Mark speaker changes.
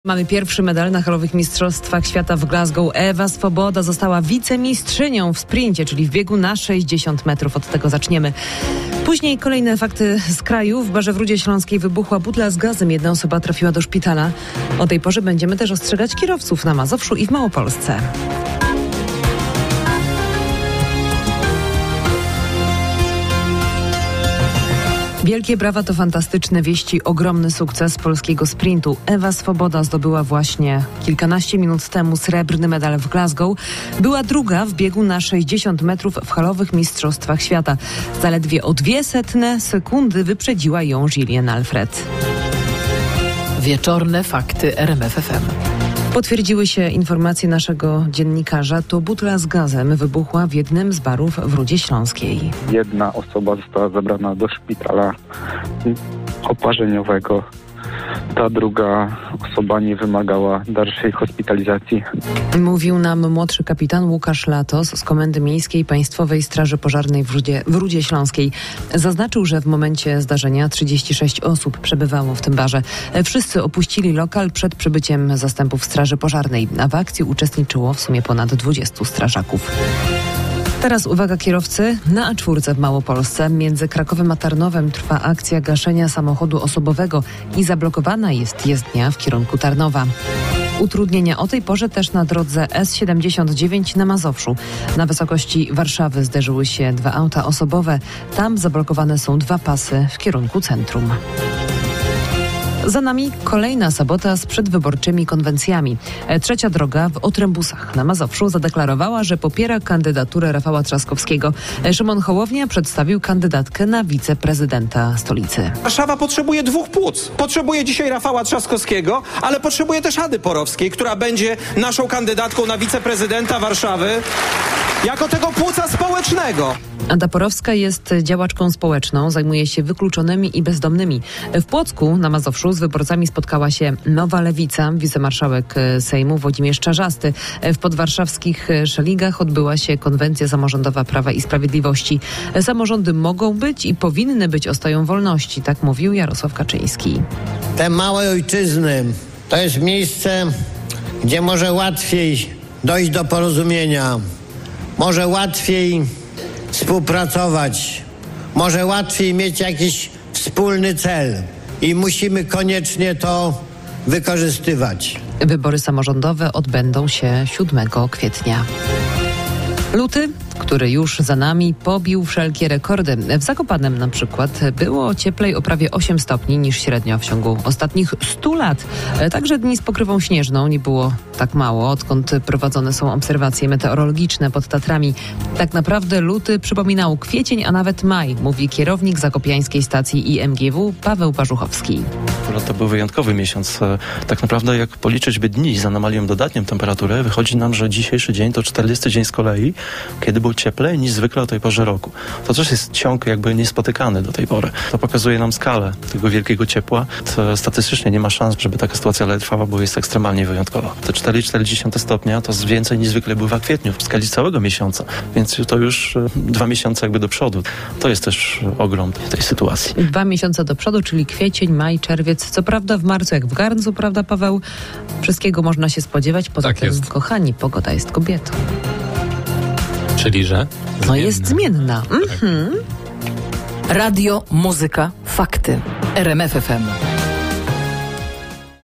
Speaker 1: Mamy pierwszy medal na halowych mistrzostwach świata w Glasgow. Ewa Swoboda została wicemistrzynią w sprincie, czyli w biegu na 60 metrów. Od tego zaczniemy. Później kolejne fakty z kraju. W barze w Rudzie Śląskiej wybuchła butla z gazem. Jedna osoba trafiła do szpitala. O tej porze będziemy też ostrzegać kierowców na Mazowszu i w Małopolsce. Wielkie brawa to fantastyczne wieści, ogromny sukces polskiego sprintu. Ewa Swoboda zdobyła właśnie kilkanaście minut temu srebrny medal w Glasgow. Była druga w biegu na 60 metrów w halowych mistrzostwach świata. Zaledwie o 0,02 sekundy wyprzedziła ją Gillian Alfred.
Speaker 2: Wieczorne fakty RMF FM.
Speaker 1: Potwierdziły się informacje naszego dziennikarza. To butla z gazem wybuchła w jednym z barów w Rudzie Śląskiej.
Speaker 3: Jedna osoba została zabrana do szpitala oparzeniowego. Ta druga osoba nie wymagała dalszej hospitalizacji.
Speaker 1: Mówił nam młodszy kapitan Łukasz Latos z Komendy Miejskiej Państwowej Straży Pożarnej w Rudzie Śląskiej. Zaznaczył, że w momencie zdarzenia 36 osób przebywało w tym barze. Wszyscy opuścili lokal przed przybyciem zastępów Straży Pożarnej, a w akcji uczestniczyło w sumie ponad 20 strażaków. Teraz uwaga kierowcy, na A4 w Małopolsce między Krakowem a Tarnowem trwa akcja gaszenia samochodu osobowego i zablokowana jest jezdnia w kierunku Tarnowa. Utrudnienia o tej porze też na drodze S79 na Mazowszu. Na wysokości Warszawy zderzyły się dwa auta osobowe. Tam zablokowane są dwa pasy w kierunku centrum. Za nami kolejna sobota z przedwyborczymi konwencjami. Trzecia Droga w Otrębusach na Mazowszu zadeklarowała, że popiera kandydaturę Rafała Trzaskowskiego. Szymon Hołownia przedstawił kandydatkę na wiceprezydenta stolicy.
Speaker 4: Warszawa potrzebuje dwóch płuc. Potrzebuje dzisiaj Rafała Trzaskowskiego, ale potrzebuje też Ady Porowskiej, która będzie naszą kandydatką na wiceprezydenta Warszawy jako tego płuca społecznego.
Speaker 1: Ada Porowska jest działaczką społeczną, zajmuje się wykluczonymi i bezdomnymi. W Płocku na Mazowszu z wyborcami spotkała się Nowa Lewica, wicemarszałek Sejmu Włodzimierz Czarzasty. W podwarszawskich Szeligach odbyła się konwencja samorządowa Prawa i Sprawiedliwości. Samorządy mogą być i powinny być ostoją wolności, tak mówił Jarosław Kaczyński.
Speaker 5: Te małe ojczyzny to jest miejsce, gdzie może łatwiej dojść do porozumienia, może łatwiej współpracować, może łatwiej mieć jakiś wspólny cel i musimy koniecznie to wykorzystywać.
Speaker 1: Wybory samorządowe odbędą się 7 kwietnia. Luty, który już za nami, pobił wszelkie rekordy. W Zakopanem na przykład było cieplej o prawie 8 stopni niż średnio w ciągu ostatnich 100 lat. Także dni z pokrywą śnieżną nie było tak mało, odkąd prowadzone są obserwacje meteorologiczne pod Tatrami. Tak naprawdę luty przypominał kwiecień, a nawet maj, mówi kierownik zakopiańskiej stacji IMGW Paweł Parzuchowski.
Speaker 6: To był wyjątkowy miesiąc. Tak naprawdę jak policzyć by dni z anomalią dodatnią temperatury, wychodzi nam, że dzisiejszy dzień to 40 dzień z kolei, kiedy był cieplej niż zwykle o tej porze roku. To też jest ciąg jakby niespotykany do tej pory. To pokazuje nam skalę tego wielkiego ciepła. To statystycznie nie ma szans, żeby taka sytuacja trwała, bo jest ekstremalnie wyjątkowa. Te 4,4 stopnia to więcej niż zwykle bywa w kwietniu w skali całego miesiąca, więc to już 2 miesiące jakby do przodu. To jest też ogrom tej sytuacji.
Speaker 1: 2 miesiące do przodu, czyli kwiecień, maj, czerwiec. Co prawda w marcu jak w garncu, prawda Paweł? Wszystkiego można się spodziewać. Poza
Speaker 7: tak
Speaker 1: tym,
Speaker 7: jest.
Speaker 1: Kochani, pogoda jest kobietą.
Speaker 7: Czyli, że?
Speaker 1: No jest zmienna.
Speaker 2: Radio, muzyka, fakty. RMF FM.